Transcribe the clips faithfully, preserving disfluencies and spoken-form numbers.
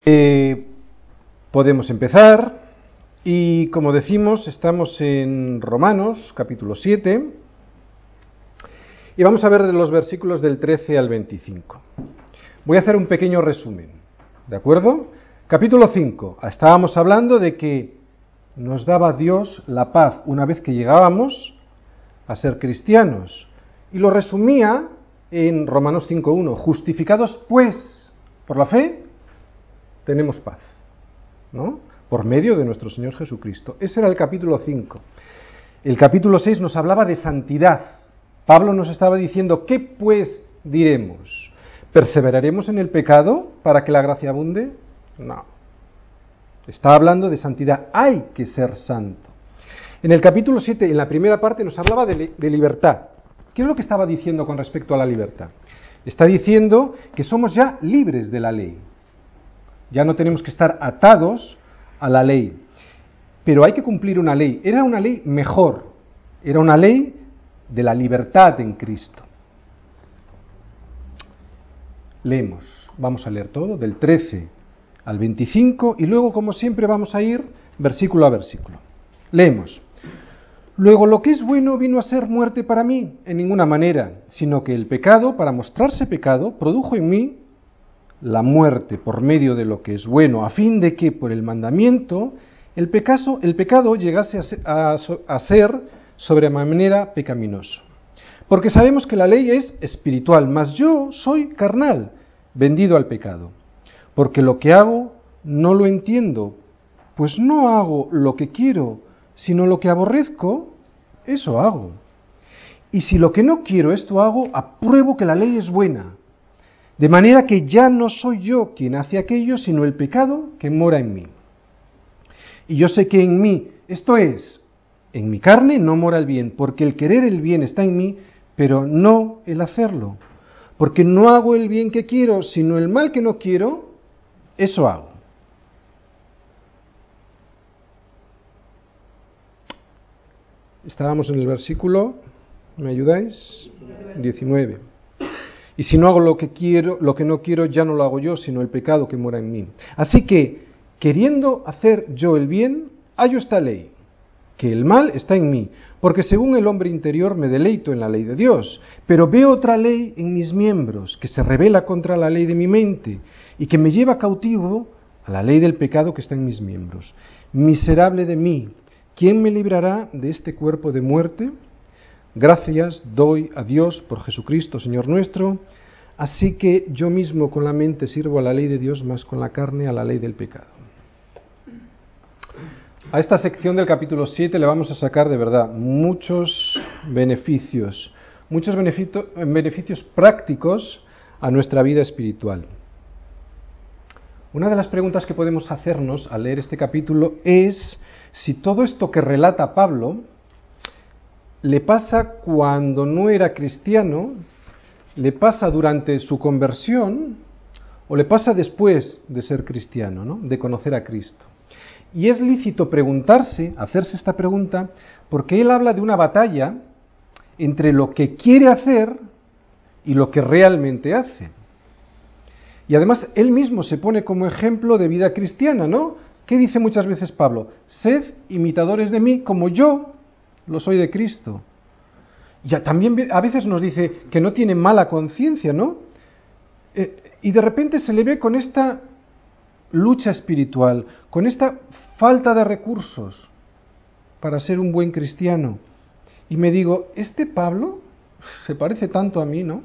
Eh, podemos empezar y, como decimos, estamos en Romanos, capítulo siete, y vamos a ver de los versículos del trece al veinticinco. Voy a hacer un pequeño resumen, ¿de acuerdo? Capítulo cinco, estábamos hablando de que nos daba Dios la paz una vez que llegábamos a ser cristianos, y lo resumía en Romanos cinco uno, justificados pues por la fe, tenemos paz, ¿no? Por medio de nuestro Señor Jesucristo. Ese era el capítulo cinco. El capítulo seis nos hablaba de santidad. Pablo nos estaba diciendo, ¿qué pues diremos? ¿Perseveraremos en el pecado para que la gracia abunde? No. Está hablando de santidad. Hay que ser santo. En el capítulo siete, en la primera parte, nos hablaba de, li- de libertad. ¿Qué es lo que estaba diciendo con respecto a la libertad? Está diciendo que somos ya libres de la ley. Ya no tenemos que estar atados a la ley. Pero hay que cumplir una ley. Era una ley mejor. Era una ley de la libertad en Cristo. Leemos. Vamos a leer todo, del trece al veinticinco, y luego, como siempre, vamos a ir versículo a versículo. Leemos. Luego, lo que es bueno vino a ser muerte para mí, en ninguna manera, sino que el pecado, para mostrarse pecado, produjo en mí la muerte por medio de lo que es bueno, a fin de que por el mandamiento el pecado, el pecado llegase a ser, a, a ser sobremanera pecaminoso. Porque sabemos que la ley es espiritual, mas yo soy carnal, vendido al pecado. Porque lo que hago no lo entiendo, pues no hago lo que quiero, sino lo que aborrezco, eso hago. Y si lo que no quiero esto hago, apruebo que la ley es buena. De manera que ya no soy yo quien hace aquello, sino el pecado que mora en mí. Y yo sé que en mí, esto es, en mi carne no mora el bien, porque el querer el bien está en mí, pero no el hacerlo. Porque no hago el bien que quiero, sino el mal que no quiero, eso hago. Estábamos en el versículo, ¿me ayudáis? diecinueve. Y si no hago lo que quiero, lo que no quiero, ya no lo hago yo, sino el pecado que mora en mí. Así que, queriendo hacer yo el bien, hallo esta ley, que el mal está en mí, porque según el hombre interior me deleito en la ley de Dios, pero veo otra ley en mis miembros, que se rebela contra la ley de mi mente, y que me lleva cautivo a la ley del pecado que está en mis miembros. Miserable de mí, ¿quién me librará de este cuerpo de muerte? Gracias doy a Dios por Jesucristo, Señor nuestro, así que yo mismo con la mente sirvo a la ley de Dios, más con la carne a la ley del pecado. A esta sección del capítulo siete le vamos a sacar de verdad muchos beneficios, muchos beneficio, beneficios prácticos a nuestra vida espiritual. Una de las preguntas que podemos hacernos al leer este capítulo es si todo esto que relata Pablo le pasa cuando no era cristiano, le pasa durante su conversión o le pasa después de ser cristiano, ¿no? De conocer a Cristo. Y es lícito preguntarse, hacerse esta pregunta, porque él habla de una batalla entre lo que quiere hacer y lo que realmente hace. Y además él mismo se pone como ejemplo de vida cristiana, ¿no? ¿Qué dice muchas veces Pablo? Sed imitadores de mí como yo lo soy de Cristo. Ya también a veces nos dice que no tiene mala conciencia, ¿no? Eh, y de repente se le ve con esta lucha espiritual, con esta falta de recursos para ser un buen cristiano. Y me digo, este Pablo se parece tanto a mí, ¿no?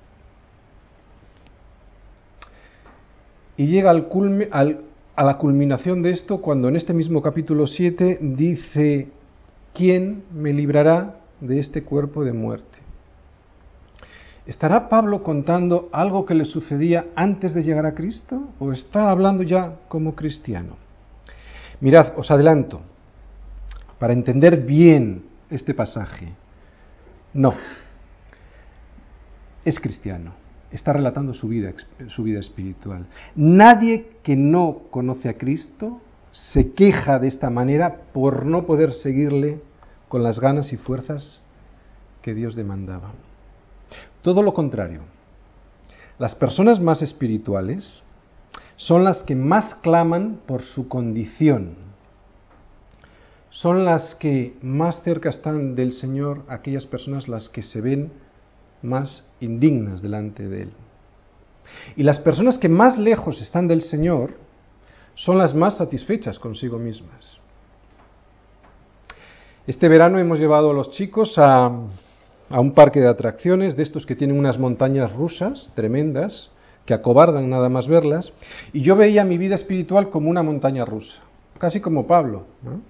Y llega al culme, al, a la culminación de esto cuando en este mismo capítulo siete dice, ¿quién me librará de este cuerpo de muerte? ¿Estará Pablo contando algo que le sucedía antes de llegar a Cristo? ¿O está hablando ya como cristiano? Mirad, os adelanto, para entender bien este pasaje, no, es cristiano, está relatando su vida, su vida espiritual. Nadie que no conoce a Cristo se queja de esta manera por no poder seguirle con las ganas y fuerzas que Dios demandaba. Todo lo contrario, las personas más espirituales son las que más claman por su condición. Son las que más cerca están del Señor, aquellas personas las que se ven más indignas delante de Él. Y las personas que más lejos están del Señor son las más satisfechas consigo mismas. Este verano hemos llevado a los chicos a, a un parque de atracciones, de estos que tienen unas montañas rusas tremendas, que acobardan nada más verlas, y yo veía mi vida espiritual como una montaña rusa, casi como Pablo, ¿no?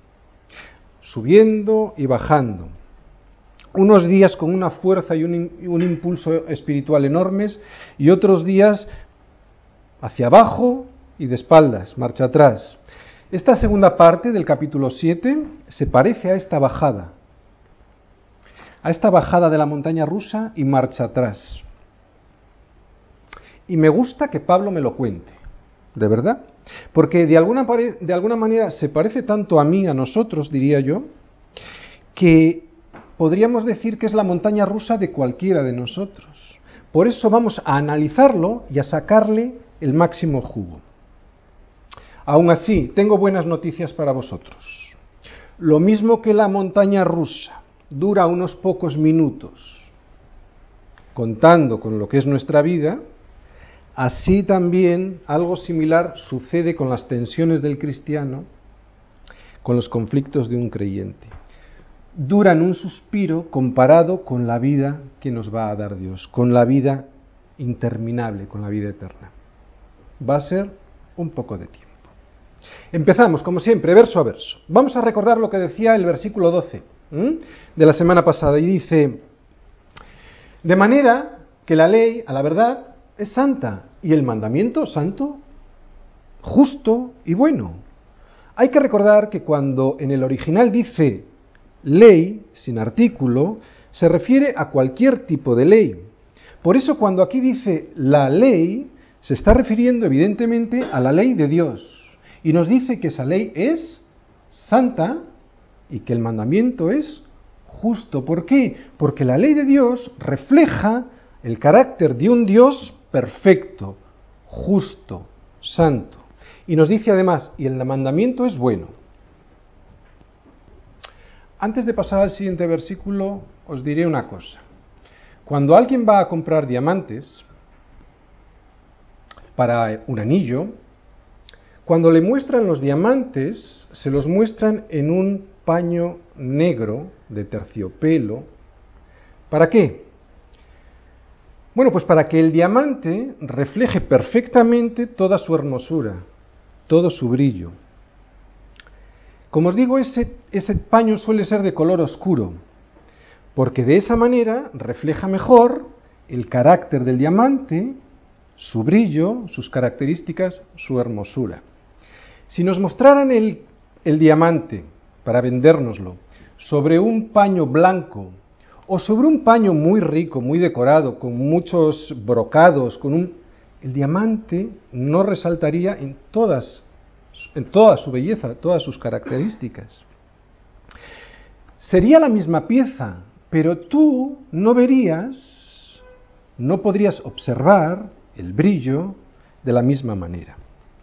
Subiendo y bajando. Unos días con una fuerza y un, un impulso espiritual enormes, y otros días hacia abajo y de espaldas, marcha atrás. Esta segunda parte del capítulo siete se parece a esta bajada, a esta bajada de la montaña rusa y marcha atrás. Y me gusta que Pablo me lo cuente, de verdad, porque de alguna, de alguna manera se parece tanto a mí, a nosotros, diría yo, que podríamos decir que es la montaña rusa de cualquiera de nosotros. Por eso vamos a analizarlo y a sacarle el máximo jugo. Aún así, tengo buenas noticias para vosotros. Lo mismo que la montaña rusa dura unos pocos minutos, contando con lo que es nuestra vida, así también algo similar sucede con las tensiones del cristiano, con los conflictos de un creyente. Duran un suspiro comparado con la vida que nos va a dar Dios, con la vida interminable, con la vida eterna. Va a ser un poco de tiempo. Empezamos, como siempre, verso a verso. Vamos a recordar lo que decía el versículo doce ¿eh? de la semana pasada, y dice: de manera que la ley, a la verdad, es santa, y el mandamiento santo, justo y bueno. Hay que recordar que cuando en el original dice ley, sin artículo, se refiere a cualquier tipo de ley. Por eso cuando aquí dice la ley, se está refiriendo evidentemente a la ley de Dios. Y nos dice que esa ley es santa y que el mandamiento es justo. ¿Por qué? Porque la ley de Dios refleja el carácter de un Dios perfecto, justo, santo. Y nos dice además, y el mandamiento es bueno. Antes de pasar al siguiente versículo, os diré una cosa. Cuando alguien va a comprar diamantes para un anillo, cuando le muestran los diamantes, se los muestran en un paño negro de terciopelo. ¿Para qué? Bueno, pues para que el diamante refleje perfectamente toda su hermosura, todo su brillo. Como os digo, ese, ese paño suele ser de color oscuro, porque de esa manera refleja mejor el carácter del diamante, su brillo, sus características, su hermosura. Si nos mostraran el, el diamante, para vendérnoslo, sobre un paño blanco, o sobre un paño muy rico, muy decorado, con muchos brocados, con un, el diamante no resaltaría en todas, en toda su belleza, todas sus características. Sería la misma pieza, pero tú no verías, no podrías observar el brillo de la misma manera.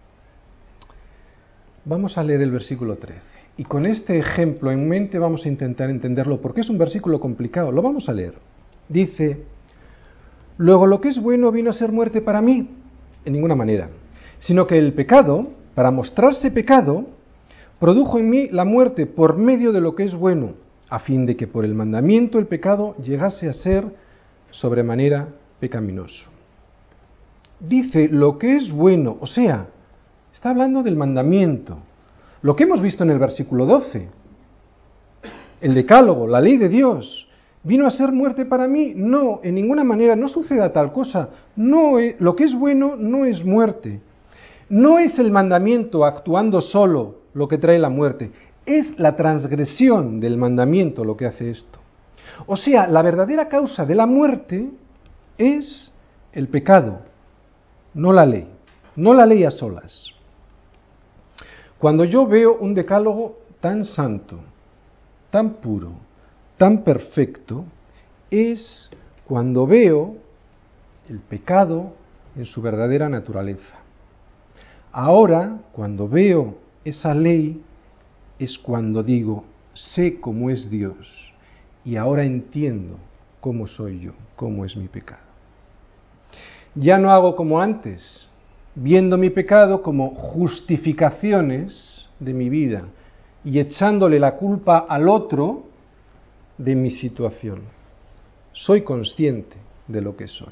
Vamos a leer el versículo trece. Y con este ejemplo en mente vamos a intentar entenderlo, porque es un versículo complicado. Lo vamos a leer. Dice: luego lo que es bueno vino a ser muerte para mí, en ninguna manera, sino que el pecado, para mostrarse pecado, produjo en mí la muerte por medio de lo que es bueno, a fin de que por el mandamiento el pecado llegase a ser sobremanera pecaminoso. Dice lo que es bueno, o sea, está hablando del mandamiento. Lo que hemos visto en el versículo doce, el decálogo, la ley de Dios, ¿vino a ser muerte para mí? No, en ninguna manera, no suceda tal cosa. No, eh, lo que es bueno no es muerte. No es el mandamiento actuando solo lo que trae la muerte, es la transgresión del mandamiento lo que hace esto. O sea, la verdadera causa de la muerte es el pecado, no la ley, no la ley a solas. Cuando yo veo un decálogo tan santo, tan puro, tan perfecto, es cuando veo el pecado en su verdadera naturaleza. Ahora, cuando veo esa ley, es cuando digo, sé cómo es Dios y ahora entiendo cómo soy yo, cómo es mi pecado. Ya no hago como antes, viendo mi pecado como justificaciones de mi vida y echándole la culpa al otro de mi situación. Soy consciente de lo que soy.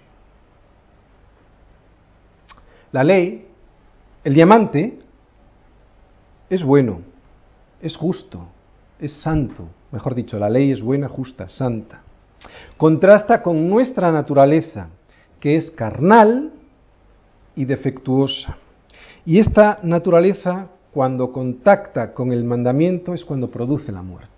La ley, el diamante, es bueno, es justo, es santo. Mejor dicho, la ley es buena, justa, santa. Contrasta con nuestra naturaleza, que es carnal y defectuosa. Y esta naturaleza, cuando contacta con el mandamiento, es cuando produce la muerte.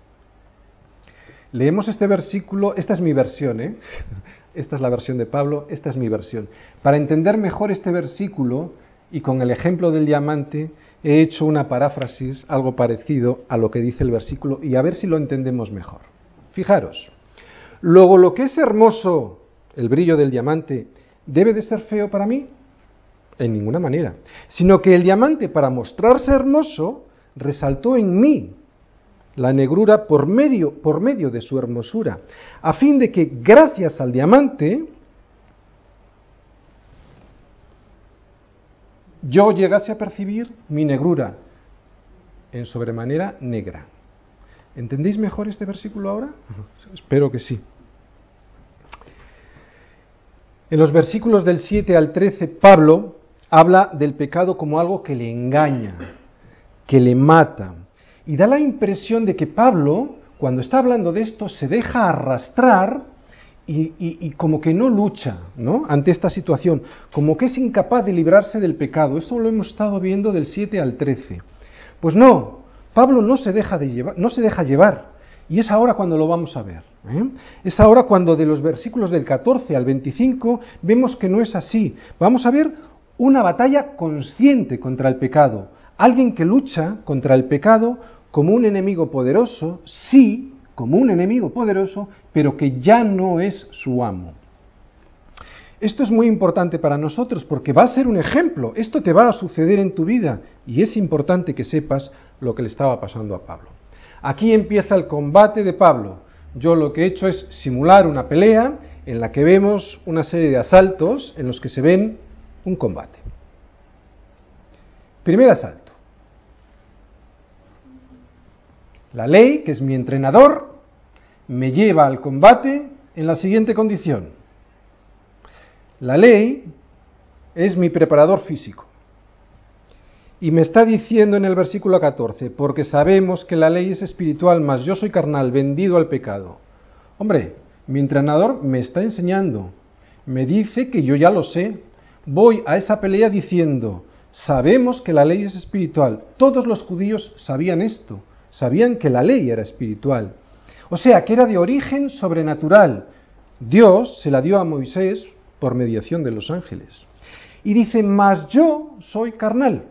Leemos este versículo, esta es mi versión, ¿eh? Esta es la versión de Pablo, esta es mi versión. Para entender mejor este versículo, y con el ejemplo del diamante, he hecho una paráfrasis, algo parecido a lo que dice el versículo, y a ver si lo entendemos mejor. Fijaros, luego lo que es hermoso, el brillo del diamante, ¿debe de ser feo para mí? En ninguna manera. Sino que el diamante, para mostrarse hermoso, resaltó en mí la negrura por medio, por medio de su hermosura, a fin de que gracias al diamante yo llegase a percibir mi negrura en sobremanera negra. ¿Entendéis mejor este versículo ahora? Espero que sí. En los versículos del siete al trece, Pablo habla del pecado como algo que le engaña, que le mata. Y da la impresión de que Pablo, cuando está hablando de esto, se deja arrastrar y, y, y como que no lucha, ¿no?, ante esta situación, como que es incapaz de librarse del pecado. Eso lo hemos estado viendo del siete al trece. Pues no, Pablo no se deja, de llevar, no se deja llevar, y es ahora cuando lo vamos a ver. ¿eh? Es ahora cuando de los versículos del catorce al veinticinco vemos que no es así. Vamos a ver una batalla consciente contra el pecado, alguien que lucha contra el pecado como un enemigo poderoso, sí, como un enemigo poderoso, pero que ya no es su amo. Esto es muy importante para nosotros porque va a ser un ejemplo, esto te va a suceder en tu vida y es importante que sepas lo que le estaba pasando a Pablo. Aquí empieza el combate de Pablo. Yo lo que he hecho es simular una pelea en la que vemos una serie de asaltos en los que se ven un combate. Primer asalto. La ley, que es mi entrenador, me lleva al combate en la siguiente condición. La ley es mi preparador físico. Y me está diciendo en el versículo catorce, porque sabemos que la ley es espiritual, mas yo soy carnal, vendido al pecado. Hombre, mi entrenador me está enseñando, me dice que yo ya lo sé. Voy a esa pelea diciendo, sabemos que la ley es espiritual. Todos los judíos sabían esto, sabían que la ley era espiritual. O sea, que era de origen sobrenatural. Dios se la dio a Moisés por mediación de los ángeles. Y dice, mas yo soy carnal.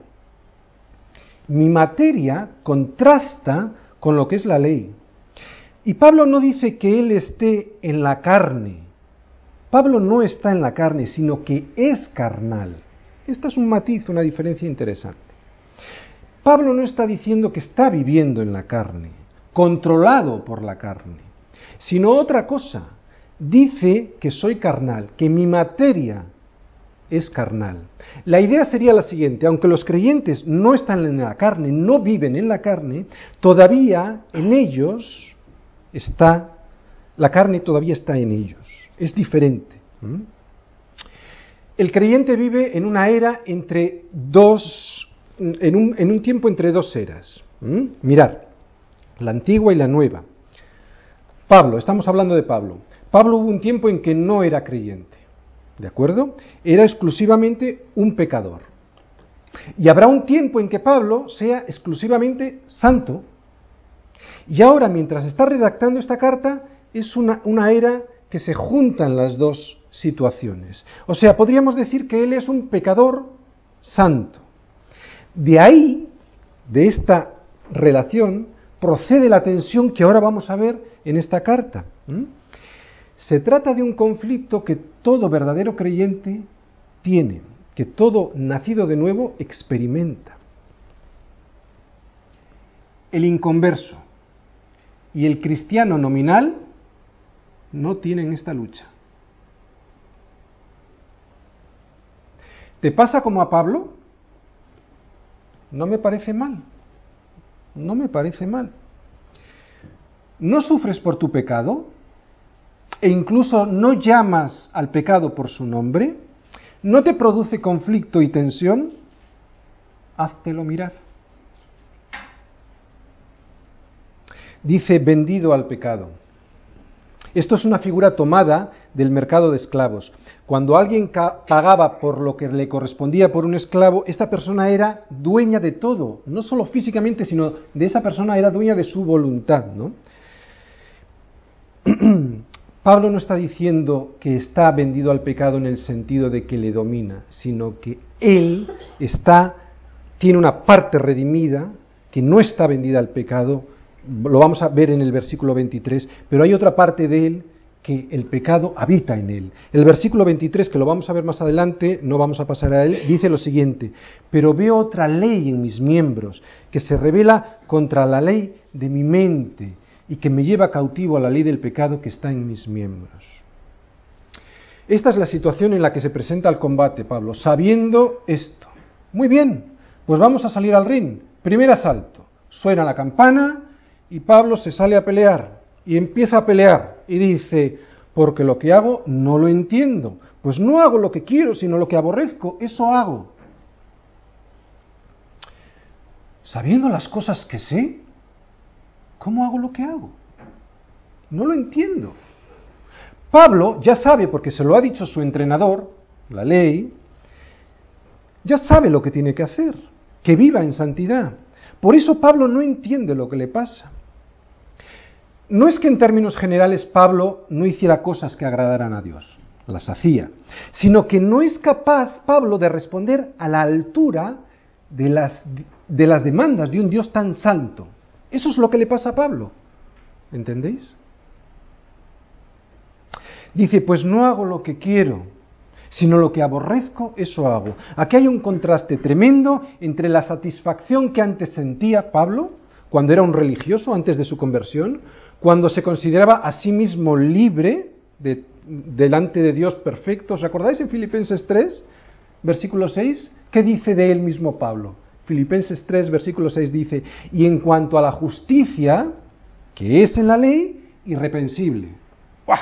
Mi materia contrasta con lo que es la ley. Y Pablo no dice que él esté en la carne. Pablo no está en la carne, sino que es carnal. Este es un matiz, una diferencia interesante. Pablo no está diciendo que está viviendo en la carne, controlado por la carne, sino otra cosa. Dice que soy carnal, que mi materia es carnal. La idea sería la siguiente: aunque los creyentes no están en la carne, no viven en la carne, todavía en ellos está, la carne todavía está en ellos. Es diferente. ¿Mm? El creyente vive en una era entre dos, en un, en un tiempo entre dos eras. ¿Mm? Mirad, la antigua y la nueva. Pablo, estamos hablando de Pablo. Pablo hubo un tiempo en que no era creyente. ¿De acuerdo? Era exclusivamente un pecador. Y habrá un tiempo en que Pablo sea exclusivamente santo. Y ahora, mientras está redactando esta carta, es una, una era que se juntan las dos situaciones. O sea, podríamos decir que él es un pecador santo. De ahí, de esta relación, procede la tensión que ahora vamos a ver en esta carta. ¿Mm? Se trata de un conflicto que todo verdadero creyente tiene, que todo nacido de nuevo experimenta. El inconverso y el cristiano nominal no tienen esta lucha. ¿Te pasa como a Pablo? No me parece mal. No me parece mal. ¿No sufres por tu pecado? ¿E incluso no llamas al pecado por su nombre? ¿No te produce conflicto y tensión? Háztelo mirar. Dice vendido al pecado. Esto es una figura tomada del mercado de esclavos. Cuando alguien ca- pagaba por lo que le correspondía por un esclavo, esta persona era dueña de todo, no solo físicamente, sino de esa persona era dueña de su voluntad, ¿no? Pablo no está diciendo que está vendido al pecado en el sentido de que le domina, sino que él está, tiene una parte redimida que no está vendida al pecado. Lo vamos a ver en el versículo veintitrés, pero hay otra parte de él que el pecado habita en él. El versículo veintitrés, que lo vamos a ver más adelante, no vamos a pasar a él, dice lo siguiente: pero veo otra ley en mis miembros, que se revela contra la ley de mi mente y que me lleva cautivo a la ley del pecado que está en mis miembros. Esta es la situación en la que se presenta al combate Pablo, sabiendo esto. Muy bien, pues vamos a salir al ring. Primer asalto. Suena la campana y Pablo se sale a pelear y empieza a pelear y dice: porque lo que hago no lo entiendo, pues no hago lo que quiero sino lo que aborrezco, eso hago. Sabiendo las cosas que sé, ¿cómo hago lo que hago? No lo entiendo. Pablo ya sabe, porque se lo ha dicho su entrenador, la ley, ya sabe lo que tiene que hacer, que viva en santidad. Por eso Pablo no entiende lo que le pasa. No es que en términos generales Pablo no hiciera cosas que agradaran a Dios, las hacía, sino que no es capaz Pablo de responder a la altura de las, de las demandas de un Dios tan santo. Eso es lo que le pasa a Pablo. ¿Entendéis? Dice: pues no hago lo que quiero, sino lo que aborrezco, eso hago. Aquí hay un contraste tremendo entre la satisfacción que antes sentía Pablo, cuando era un religioso, antes de su conversión, cuando se consideraba a sí mismo libre de, delante de Dios perfecto. ¿Os acordáis en Filipenses tres, versículo seis? ¿Qué dice de él mismo Pablo? Filipenses tres, versículo seis dice: y en cuanto a la justicia, que es en la ley, irreprensible. ¡Buah!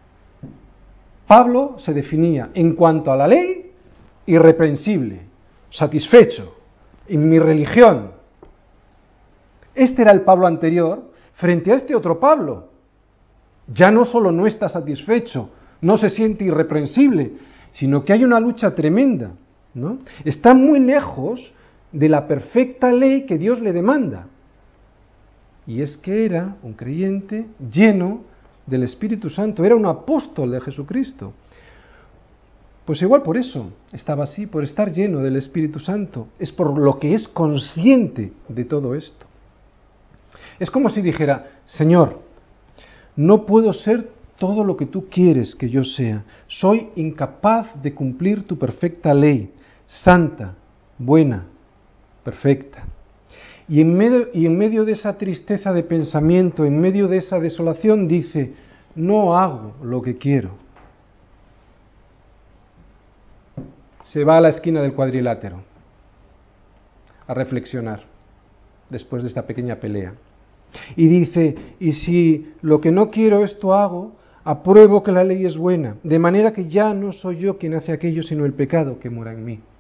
Pablo se definía, en cuanto a la ley, irreprensible, satisfecho, en mi religión. Este era el Pablo anterior, frente a este otro Pablo. Ya no solo no está satisfecho, no se siente irreprensible, sino que hay una lucha tremenda, ¿no? Está muy lejos de la perfecta ley que Dios le demanda. Y es que era un creyente lleno del Espíritu Santo, era un apóstol de Jesucristo. Pues igual por eso estaba así, por estar lleno del Espíritu Santo. Es por lo que es consciente de todo esto. Es como si dijera: Señor, no puedo ser todo lo que tú quieres que yo sea. Soy incapaz de cumplir tu perfecta ley, santa, buena, perfecta. Y en medio, y en medio de esa tristeza de pensamiento, en medio de esa desolación, dice: no hago lo que quiero. Se va a la esquina del cuadrilátero a reflexionar después de esta pequeña pelea. Y dice: y si lo que no quiero esto hago, apruebo que la ley es buena, de manera que ya no soy yo quien hace aquello, sino el pecado que mora en mí.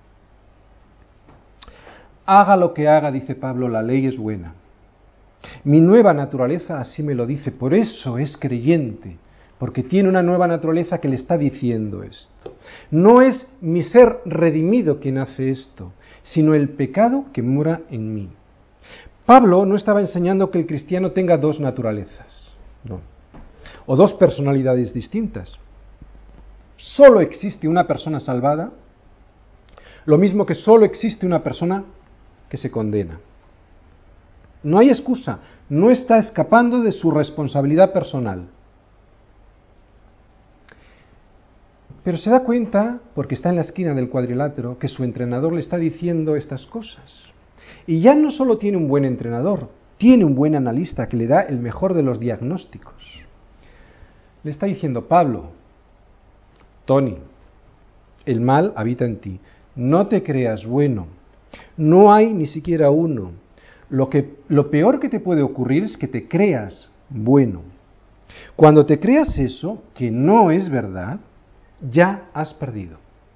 Haga lo que haga, dice Pablo, la ley es buena. Mi nueva naturaleza así me lo dice, por eso es creyente, porque tiene una nueva naturaleza que le está diciendo esto. No es mi ser redimido quien hace esto, sino el pecado que mora en mí. Pablo no estaba enseñando que el cristiano tenga dos naturalezas, no, o dos personalidades distintas. Solo existe una persona salvada, lo mismo que solo existe una persona que se condena. No hay excusa, no está escapando de su responsabilidad personal. Pero se da cuenta, porque está en la esquina del cuadrilátero, que su entrenador le está diciendo estas cosas. Y ya no solo tiene un buen entrenador, tiene un buen analista que le da el mejor de los diagnósticos. Le está diciendo: Pablo, Tony, el mal habita en ti. No te creas bueno. No hay ni siquiera uno. Lo que, lo peor que te puede ocurrir es que te creas bueno. Cuando te creas eso, que no es verdad, ya has perdido.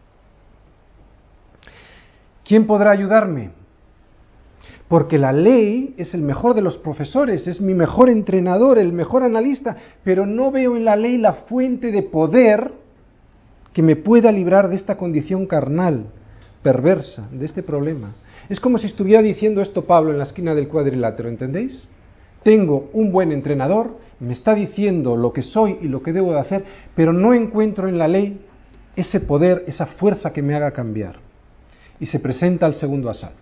¿Quién podrá ayudarme? Porque la ley es el mejor de los profesores, es mi mejor entrenador, el mejor analista, pero no veo en la ley la fuente de poder que me pueda librar de esta condición carnal, perversa, de este problema. Es como si estuviera diciendo esto Pablo en la esquina del cuadrilátero, ¿entendéis? Tengo un buen entrenador, me está diciendo lo que soy y lo que debo de hacer, pero no encuentro en la ley ese poder, esa fuerza que me haga cambiar. Y se presenta el segundo asalto.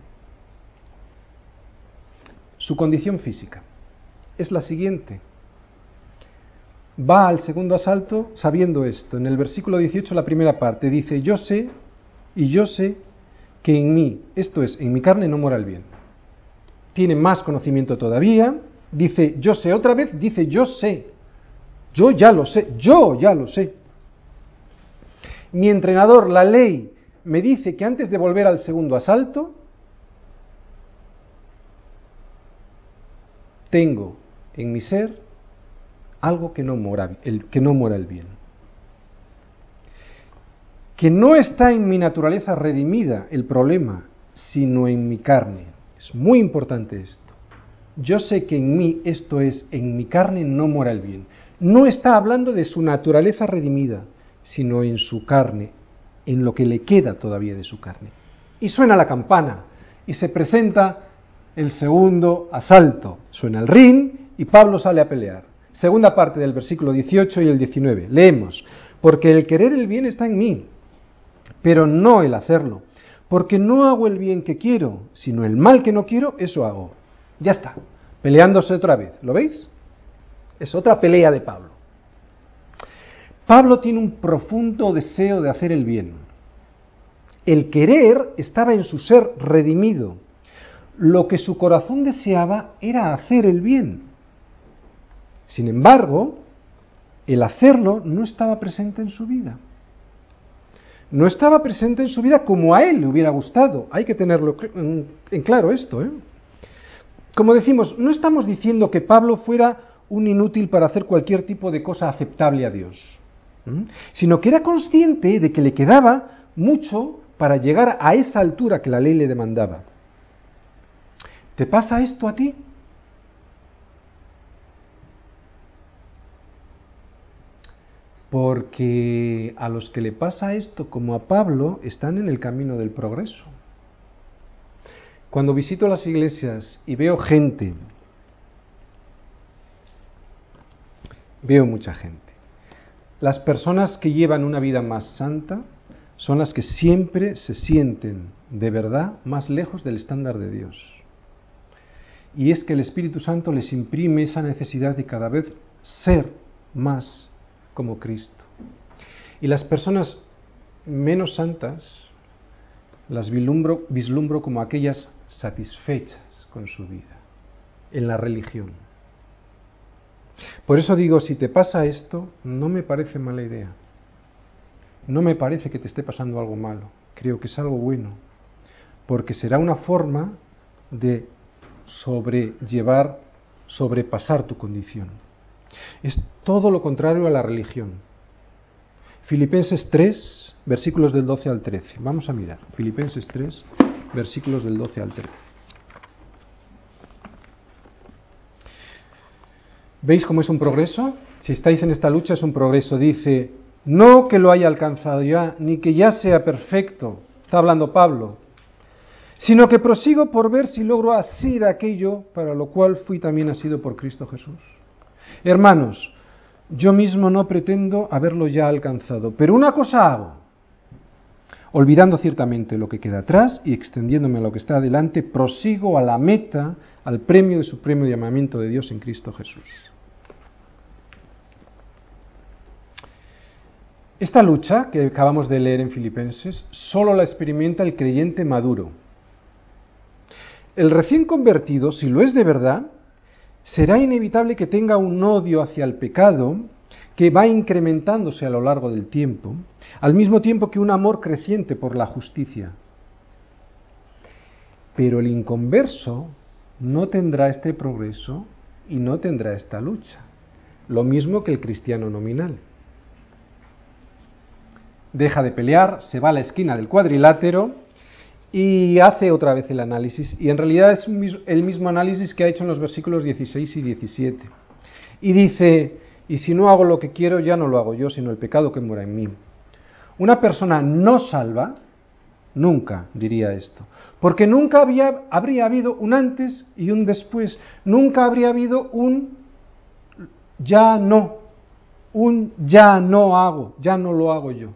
Su condición física es la siguiente. Va al segundo asalto sabiendo esto. En el versículo dieciocho, la primera parte, dice: yo sé, y yo sé que en mí, esto es, en mi carne no mora el bien. Tiene más conocimiento todavía, dice yo sé, otra vez dice yo sé, yo ya lo sé, yo ya lo sé. Mi entrenador, la ley, me dice que antes de volver al segundo asalto, tengo en mi ser algo que no mora, el, que no mora el bien. Que no está en mi naturaleza redimida el problema, sino en mi carne. Es muy importante esto. Yo sé que en mí, esto es, en mi carne no mora el bien. No está hablando de su naturaleza redimida, sino en su carne, en lo que le queda todavía de su carne. Y suena la campana, y se presenta el segundo asalto. Suena el ring, y Pablo sale a pelear. Segunda parte del versículo dieciocho y el diecinueve. Leemos: porque el querer el bien está en mí, pero no el hacerlo. Porque no hago el bien que quiero, sino el mal que no quiero, eso hago. Ya está, peleándose otra vez. ¿Lo veis? Es otra pelea de Pablo. Pablo tiene un profundo deseo de hacer el bien. El querer estaba en su ser redimido. Lo que su corazón deseaba era hacer el bien. Sin embargo, el hacerlo no estaba presente en su vida. No estaba presente en su vida como a él le hubiera gustado. Hay que tenerlo en claro esto, ¿eh? Como decimos, no estamos diciendo que Pablo fuera un inútil para hacer cualquier tipo de cosa aceptable a Dios, ¿eh? Sino que era consciente de que le quedaba mucho para llegar a esa altura que la ley le demandaba. ¿Te pasa esto a ti? Porque a los que le pasa esto, como a Pablo, están en el camino del progreso. Cuando visito las iglesias y veo gente, veo mucha gente. Las personas que llevan una vida más santa son las que siempre se sienten de verdad más lejos del estándar de Dios. Y es que el Espíritu Santo les imprime esa necesidad de cada vez ser más como Cristo. Y las personas menos santas las vislumbro, vislumbro como aquellas satisfechas con su vida, en la religión. Por eso digo, si te pasa esto, no me parece mala idea. No me parece que te esté pasando algo malo. Creo que es algo bueno. Porque será una forma de sobrellevar, sobrepasar tu condición. Es todo lo contrario a la religión. Filipenses tres, versículos del doce al trece. Vamos a mirar. Filipenses tres, versículos del doce al trece. ¿Veis cómo es un progreso? Si estáis en esta lucha es un progreso. Dice, no que lo haya alcanzado ya, ni que ya sea perfecto, está hablando Pablo, sino que prosigo por ver si logro asir aquello para lo cual fui también asido por Cristo Jesús. Hermanos, yo mismo no pretendo haberlo ya alcanzado, pero una cosa hago, olvidando ciertamente lo que queda atrás y extendiéndome a lo que está adelante, prosigo a la meta, al premio de supremo llamamiento de Dios en Cristo Jesús. Esta lucha que acabamos de leer en Filipenses solo la experimenta el creyente maduro. El recién convertido, si lo es de verdad, será inevitable que tenga un odio hacia el pecado que va incrementándose a lo largo del tiempo, al mismo tiempo que un amor creciente por la justicia. Pero el inconverso no tendrá este progreso y no tendrá esta lucha, lo mismo que el cristiano nominal. Deja de pelear, se va a la esquina del cuadrilátero y hace otra vez el análisis, y en realidad es el mismo análisis que ha hecho en los versículos dieciséis y diecisiete. Y dice: y si no hago lo que quiero, ya no lo hago yo, sino el pecado que mora en mí. Una persona no salva nunca diría esto, porque nunca había, habría habido un antes y un después, nunca habría habido un ya no, un ya no hago, ya no lo hago yo.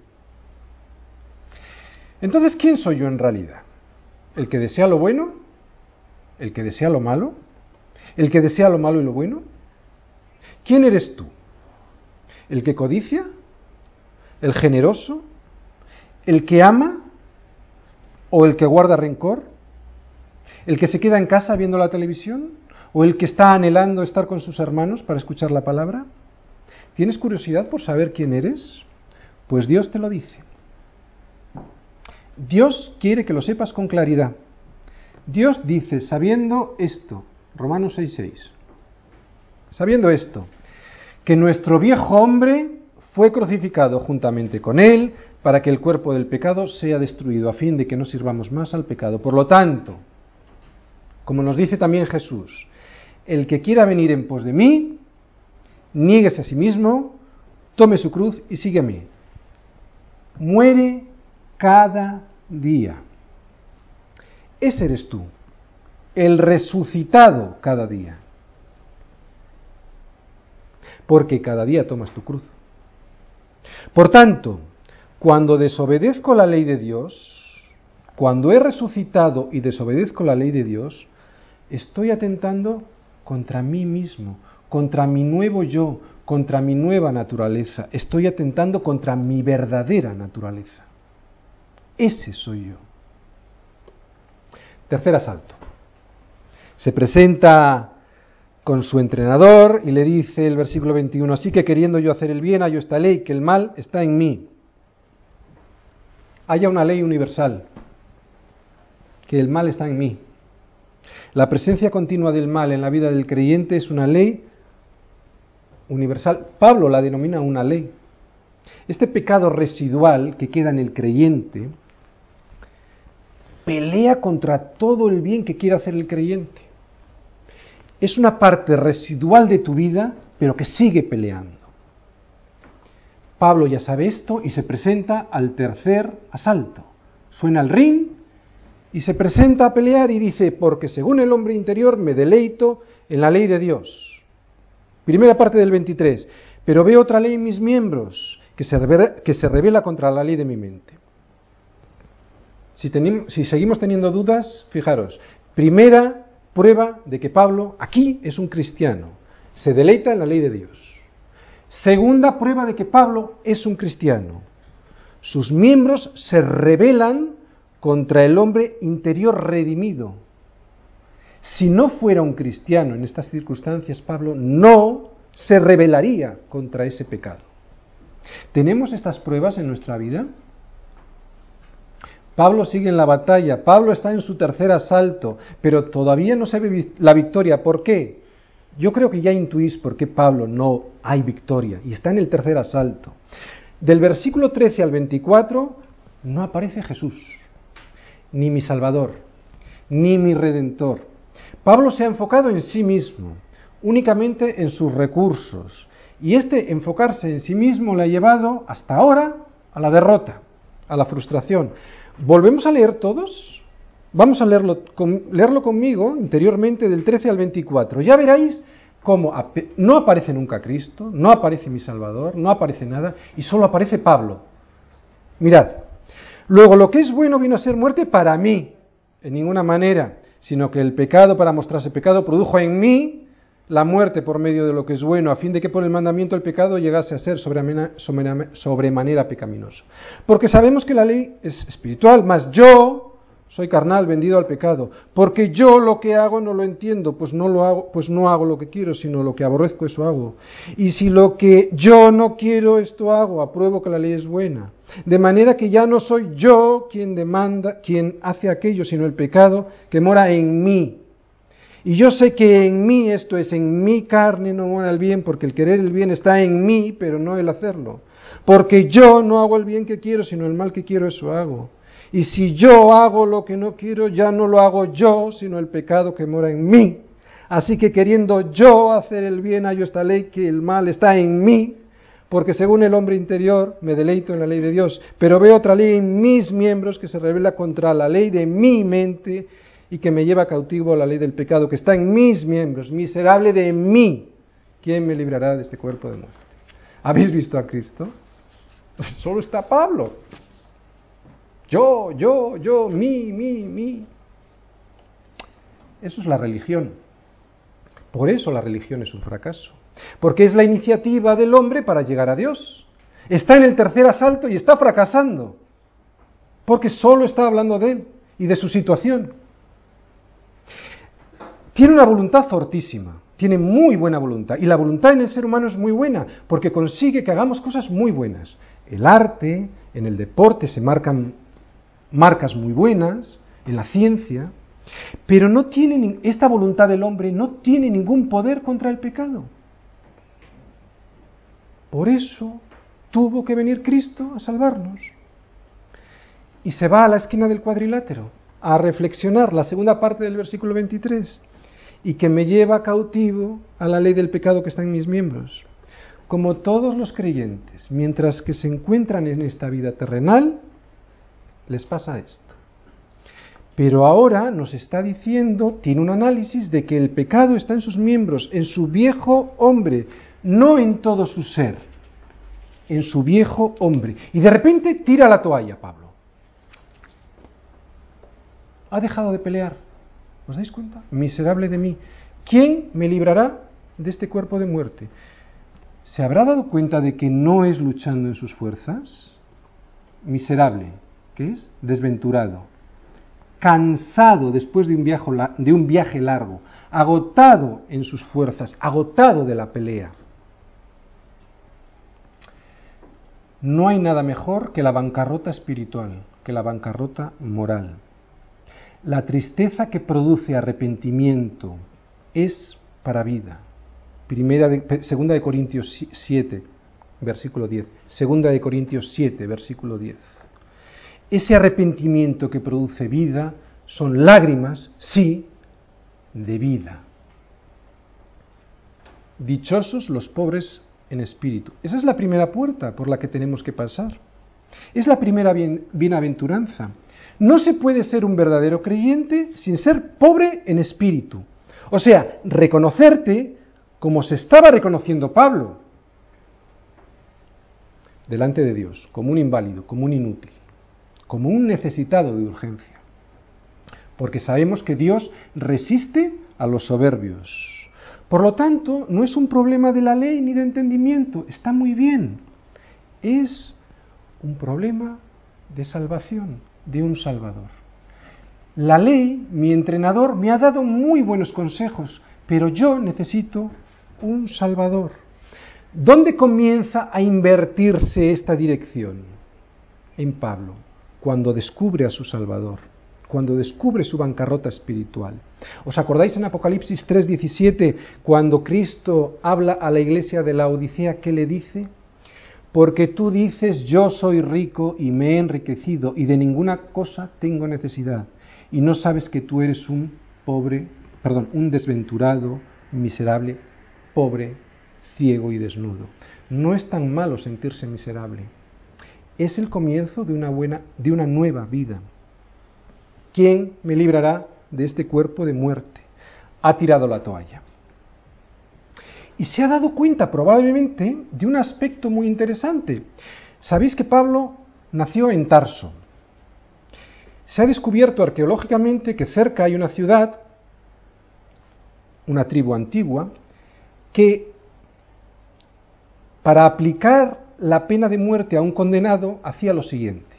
Entonces, ¿quién soy yo en realidad? ¿El que desea lo bueno? ¿El que desea lo malo? ¿El que desea lo malo y lo bueno? ¿Quién eres tú? ¿El que codicia? ¿El generoso? ¿El que ama? ¿O el que guarda rencor? ¿El que se queda en casa viendo la televisión? ¿O el que está anhelando estar con sus hermanos para escuchar la palabra? ¿Tienes curiosidad por saber quién eres? Pues Dios te lo dice. Dios quiere que lo sepas con claridad. Dios dice, sabiendo esto, Romanos seis seis, sabiendo esto, que nuestro viejo hombre fue crucificado juntamente con él para que el cuerpo del pecado sea destruido, a fin de que no sirvamos más al pecado. Por lo tanto, como nos dice también Jesús, el que quiera venir en pos de mí, niéguese a sí mismo, tome su cruz y sígueme. Muere cada día. Ese eres tú, el resucitado cada día. Porque cada día tomas tu cruz. Por tanto, cuando desobedezco la ley de Dios, cuando he resucitado y desobedezco la ley de Dios, estoy atentando contra mí mismo, contra mi nuevo yo, contra mi nueva naturaleza. Estoy atentando contra mi verdadera naturaleza. Ese soy yo. Tercer asalto. Se presenta con su entrenador y le dice el versículo veintiuno, así que queriendo yo hacer el bien, hallo esta ley, que el mal está en mí. Haya una ley universal, que el mal está en mí. La presencia continua del mal en la vida del creyente es una ley universal. Pablo la denomina una ley. Este pecado residual que queda en el creyente pelea contra todo el bien que quiere hacer el creyente. Es una parte residual de tu vida, pero que sigue peleando. Pablo ya sabe esto y se presenta al tercer asalto. Suena el ring y se presenta a pelear y dice, porque según el hombre interior me deleito en la ley de Dios. Primera parte del veintitrés. Pero veo otra ley en mis miembros que se revela, que se revela contra la ley de mi mente. Si, tenim, si seguimos teniendo dudas, fijaros, primera prueba de que Pablo aquí es un cristiano, se deleita en la ley de Dios. Segunda prueba de que Pablo es un cristiano, sus miembros se rebelan contra el hombre interior redimido. Si no fuera un cristiano en estas circunstancias, Pablo no se rebelaría contra ese pecado. ¿Tenemos estas pruebas en nuestra vida? Pablo sigue en la batalla, Pablo está en su tercer asalto, pero todavía no se ve la victoria. ¿Por qué? Yo creo que ya intuís por qué Pablo no hay victoria, y está en el tercer asalto. Del versículo trece al veinticuatro no aparece Jesús, ni mi Salvador, ni mi Redentor. Pablo se ha enfocado en sí mismo, únicamente en sus recursos, y este enfocarse en sí mismo le ha llevado hasta ahora a la derrota, a la frustración. ¿Volvemos a leer todos? Vamos a leerlo, con, leerlo conmigo interiormente del trece al veinticuatro. Ya veréis cómo no aparece nunca Cristo, no aparece mi Salvador, no aparece nada, y solo aparece Pablo. Mirad, luego lo que es bueno vino a ser muerte para mí, en ninguna manera, sino que el pecado, para mostrarse pecado, produjo en mí la muerte por medio de lo que es bueno, a fin de que por el mandamiento el pecado llegase a ser sobremanera, sobremanera pecaminoso. Porque sabemos que la ley es espiritual, mas yo soy carnal, vendido al pecado. Porque yo lo que hago no lo entiendo, pues no lo hago, pues no hago lo que quiero, sino lo que aborrezco, eso hago. Y si lo que yo no quiero, esto hago, apruebo que la ley es buena. De manera que ya no soy yo quien demanda, quien hace aquello, sino el pecado que mora en mí. Y yo sé que en mí, esto es, en mi carne no mora el bien, porque el querer el bien está en mí, pero no el hacerlo. Porque yo no hago el bien que quiero, sino el mal que quiero, eso hago. Y si yo hago lo que no quiero, ya no lo hago yo, sino el pecado que mora en mí. Así que queriendo yo hacer el bien, hallo esta ley que el mal está en mí, porque según el hombre interior me deleito en la ley de Dios, pero veo otra ley en mis miembros que se revela contra la ley de mi mente y que me lleva cautivo a la ley del pecado que está en mis miembros. Miserable de mí, ¿quién me librará de este cuerpo de muerte? ¿Habéis visto a Cristo? Solo está Pablo. Yo, yo, yo, mí, mí, mí. Eso es la religión. Por eso la religión es un fracaso. Porque es la iniciativa del hombre para llegar a Dios. Está en el tercer asalto y está fracasando. Porque solo está hablando de él y de su situación. Tiene una voluntad fortísima, tiene muy buena voluntad. Y la voluntad en el ser humano es muy buena, porque consigue que hagamos cosas muy buenas. El arte, en el deporte se marcan marcas muy buenas, en la ciencia, pero no tiene, esta voluntad del hombre no tiene ningún poder contra el pecado. Por eso tuvo que venir Cristo a salvarnos. Y se va a la esquina del cuadrilátero a reflexionar la segunda parte del versículo veintitrés, y que me lleva cautivo a la ley del pecado que está en mis miembros. Como todos los creyentes, mientras que se encuentran en esta vida terrenal, les pasa esto. Pero ahora nos está diciendo, tiene un análisis de que el pecado está en sus miembros, en su viejo hombre, no en todo su ser, en su viejo hombre. Y de repente tira la toalla, Pablo. Ha dejado de pelear. ¿Os dais cuenta? Miserable de mí. ¿Quién me librará de este cuerpo de muerte? ¿Se habrá dado cuenta de que no es luchando en sus fuerzas? Miserable. ¿Qué es? Desventurado. Cansado después de un viaje, de un viaje largo. Agotado en sus fuerzas. Agotado de la pelea. No hay nada mejor que la bancarrota espiritual, que la bancarrota moral. La tristeza que produce arrepentimiento es para vida. Primera de, segunda de Corintios siete, versículo diez. Segunda de Corintios siete, versículo diez. Ese arrepentimiento que produce vida son lágrimas, sí, de vida. Dichosos los pobres en espíritu. Esa es la primera puerta por la que tenemos que pasar. Es la primera bien, bienaventuranza. No se puede ser un verdadero creyente sin ser pobre en espíritu. O sea, reconocerte como se estaba reconociendo Pablo delante de Dios, como un inválido, como un inútil, como un necesitado de urgencia. Porque sabemos que Dios resiste a los soberbios. Por lo tanto, no es un problema de la ley ni de entendimiento, está muy bien. Es un problema de salvación, de un Salvador. La ley, mi entrenador, me ha dado muy buenos consejos, pero yo necesito un Salvador. ¿Dónde comienza a invertirse esta dirección? En Pablo, cuando descubre a su Salvador, cuando descubre su bancarrota espiritual. ¿Os acordáis en Apocalipsis tres diecisiete, cuando Cristo habla a la iglesia de la Odisea, qué le dice? Porque tú dices, yo soy rico y me he enriquecido y de ninguna cosa tengo necesidad. Y no sabes que tú eres un pobre, perdón, un desventurado, miserable, pobre, ciego y desnudo. No es tan malo sentirse miserable. Es el comienzo de una buena, de una nueva vida. ¿Quién me librará de este cuerpo de muerte? Ha tirado la toalla. Y se ha dado cuenta probablemente de un aspecto muy interesante. Sabéis que Pablo nació en Tarso. Se ha descubierto arqueológicamente que cerca hay una ciudad, una tribu antigua, que para aplicar la pena de muerte a un condenado hacía lo siguiente.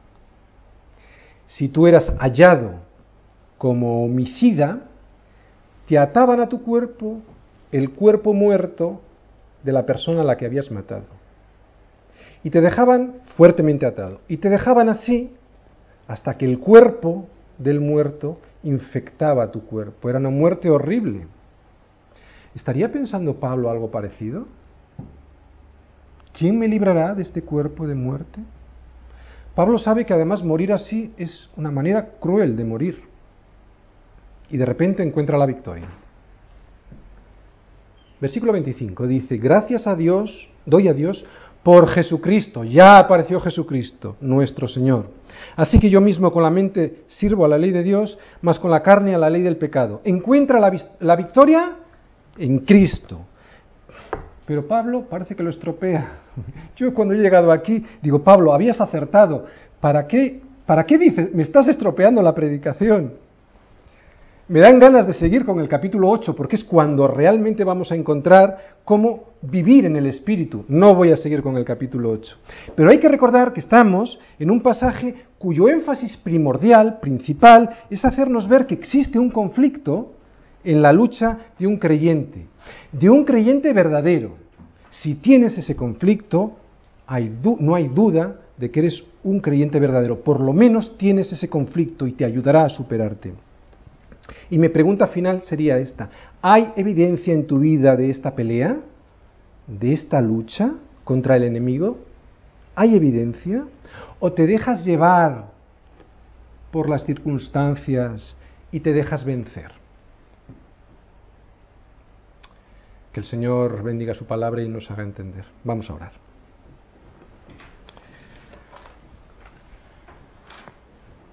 Si tú eras hallado como homicida, te ataban a tu cuerpo el cuerpo muerto de la persona a la que habías matado. Y te dejaban fuertemente atado. Y te dejaban así hasta que el cuerpo del muerto infectaba tu cuerpo. Era una muerte horrible. ¿Estaría pensando Pablo algo parecido? ¿Quién me librará de este cuerpo de muerte? Pablo sabe que además morir así es una manera cruel de morir. Y de repente encuentra la victoria. Versículo veinticinco dice, gracias a Dios, doy a Dios por Jesucristo. Ya apareció Jesucristo, nuestro Señor. Así que yo mismo con la mente sirvo a la ley de Dios, mas con la carne a la ley del pecado. Encuentra la, la victoria en Cristo. Pero Pablo parece que lo estropea. Yo cuando he llegado aquí, digo, Pablo, habías acertado. ¿Para qué, para qué dices? Me estás estropeando la predicación. Me dan ganas de seguir con el capítulo ocho, porque es cuando realmente vamos a encontrar cómo vivir en el Espíritu. No voy a seguir con el capítulo ocho. Pero hay que recordar que estamos en un pasaje cuyo énfasis primordial, principal, es hacernos ver que existe un conflicto en la lucha de un creyente, de un creyente verdadero. Si tienes ese conflicto, hay du- no hay duda de que eres un creyente verdadero. Por lo menos tienes ese conflicto y te ayudará a superarte. Y mi pregunta final sería esta. ¿Hay evidencia en tu vida de esta pelea? ¿De esta lucha contra el enemigo? ¿Hay evidencia? ¿O te dejas llevar por las circunstancias y te dejas vencer? Que el Señor bendiga su palabra y nos haga entender. Vamos a orar.